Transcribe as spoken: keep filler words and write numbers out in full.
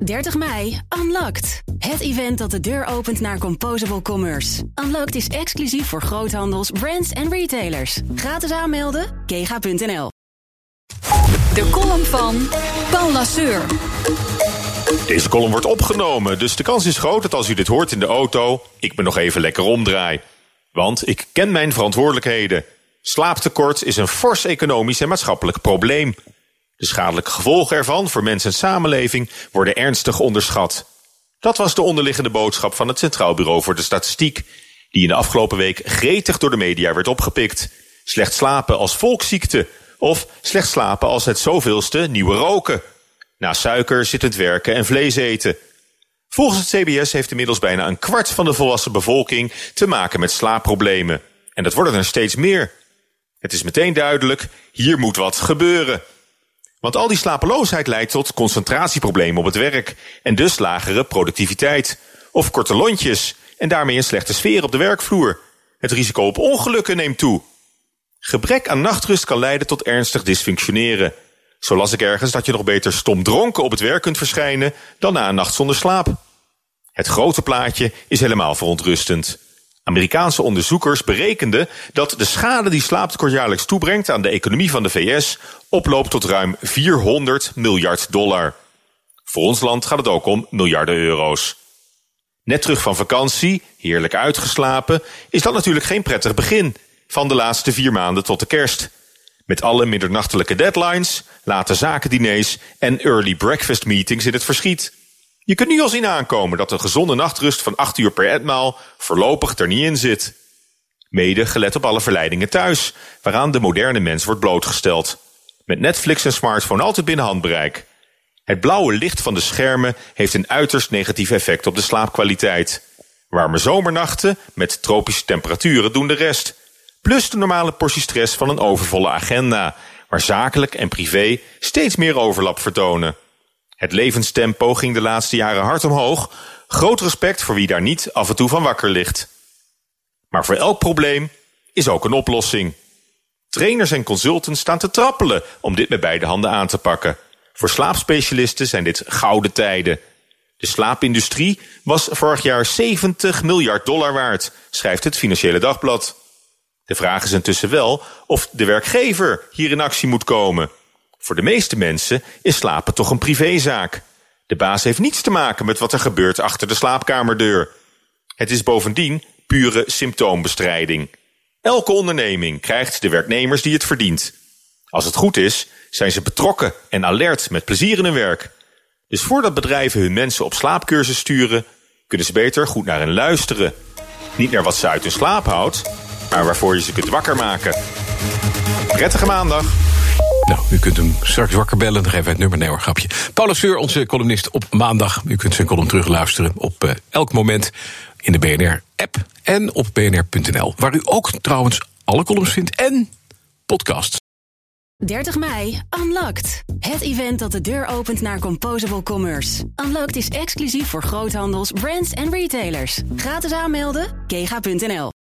dertig mei, Unlocked. Het event dat de deur opent naar Composable Commerce. Unlocked is exclusief voor groothandels, brands en retailers. Gratis aanmelden, kega punt n l. De column van Paul Lasseur. Deze column wordt opgenomen, dus de kans is groot dat als u dit hoort in de auto, ik me nog even lekker omdraai. Want ik ken mijn verantwoordelijkheden. Slaaptekort is een fors economisch en maatschappelijk probleem. De schadelijke gevolgen ervan voor mens en samenleving worden ernstig onderschat. Dat was de onderliggende boodschap van het Centraal Bureau voor de Statistiek, die in de afgelopen week gretig door de media werd opgepikt. Slecht slapen als volksziekte of slecht slapen als het zoveelste nieuwe roken. Na suiker, zittend werken en vlees eten. Volgens het C B S heeft inmiddels bijna een kwart van de volwassen bevolking te maken met slaapproblemen. En dat worden er steeds meer. Het is meteen duidelijk, hier moet wat gebeuren. Want al die slapeloosheid leidt tot concentratieproblemen op het werk en dus lagere productiviteit. Of korte lontjes en daarmee een slechte sfeer op de werkvloer. Het risico op ongelukken neemt toe. Gebrek aan nachtrust kan leiden tot ernstig dysfunctioneren. Zo las ik ergens dat je nog beter stom dronken op het werk kunt verschijnen dan na een nacht zonder slaap. Het grote plaatje is helemaal verontrustend. Amerikaanse onderzoekers berekenden dat de schade die slaaptekort jaarlijks toebrengt aan de economie van de V S oploopt tot ruim vierhonderd miljard dollar. Voor ons land gaat het ook om miljarden euro's. Net terug van vakantie, heerlijk uitgeslapen, is dat natuurlijk geen prettig begin van de laatste vier maanden tot de kerst. Met alle middernachtelijke deadlines, late zakendiners en early breakfast meetings in het verschiet. Je kunt nu al zien aankomen dat een gezonde nachtrust van acht uur per etmaal voorlopig er niet in zit. Mede gelet op alle verleidingen thuis, waaraan de moderne mens wordt blootgesteld. Met Netflix en smartphone altijd binnen handbereik. Het blauwe licht van de schermen heeft een uiterst negatief effect op de slaapkwaliteit. Warme zomernachten met tropische temperaturen doen de rest. Plus de normale portie stress van een overvolle agenda, waar zakelijk en privé steeds meer overlap vertonen. Het levenstempo ging de laatste jaren hard omhoog. Groot respect voor wie daar niet af en toe van wakker ligt. Maar voor elk probleem is ook een oplossing. Trainers en consultants staan te trappelen om dit met beide handen aan te pakken. Voor slaapspecialisten zijn dit gouden tijden. De slaapindustrie was vorig jaar zeventig miljard dollar waard, schrijft het Financiële Dagblad. De vraag is intussen wel of de werkgever hier in actie moet komen. Voor de meeste mensen is slapen toch een privézaak. De baas heeft niets te maken met wat er gebeurt achter de slaapkamerdeur. Het is bovendien pure symptoombestrijding. Elke onderneming krijgt de werknemers die het verdient. Als het goed is, zijn ze betrokken en alert met plezier in hun werk. Dus voordat bedrijven hun mensen op slaapcursus sturen, kunnen ze beter goed naar hen luisteren. Niet naar wat ze uit hun slaap houdt, maar waarvoor je ze kunt wakker maken. Prettige maandag. Nou, u kunt hem straks wakker bellen. Dan geven wij het nummer. Nee hoor, grapje. Paul Lasseur, onze columnist op maandag. U kunt zijn column terugluisteren op uh, elk moment in de B N R-app en op b n r punt n l. Waar u ook trouwens alle columns vindt en podcasts. dertig mei, Unlocked. Het event dat de deur opent naar Composable Commerce. Unlocked is exclusief voor groothandels, brands en retailers. Gratis aanmelden, kega punt n l.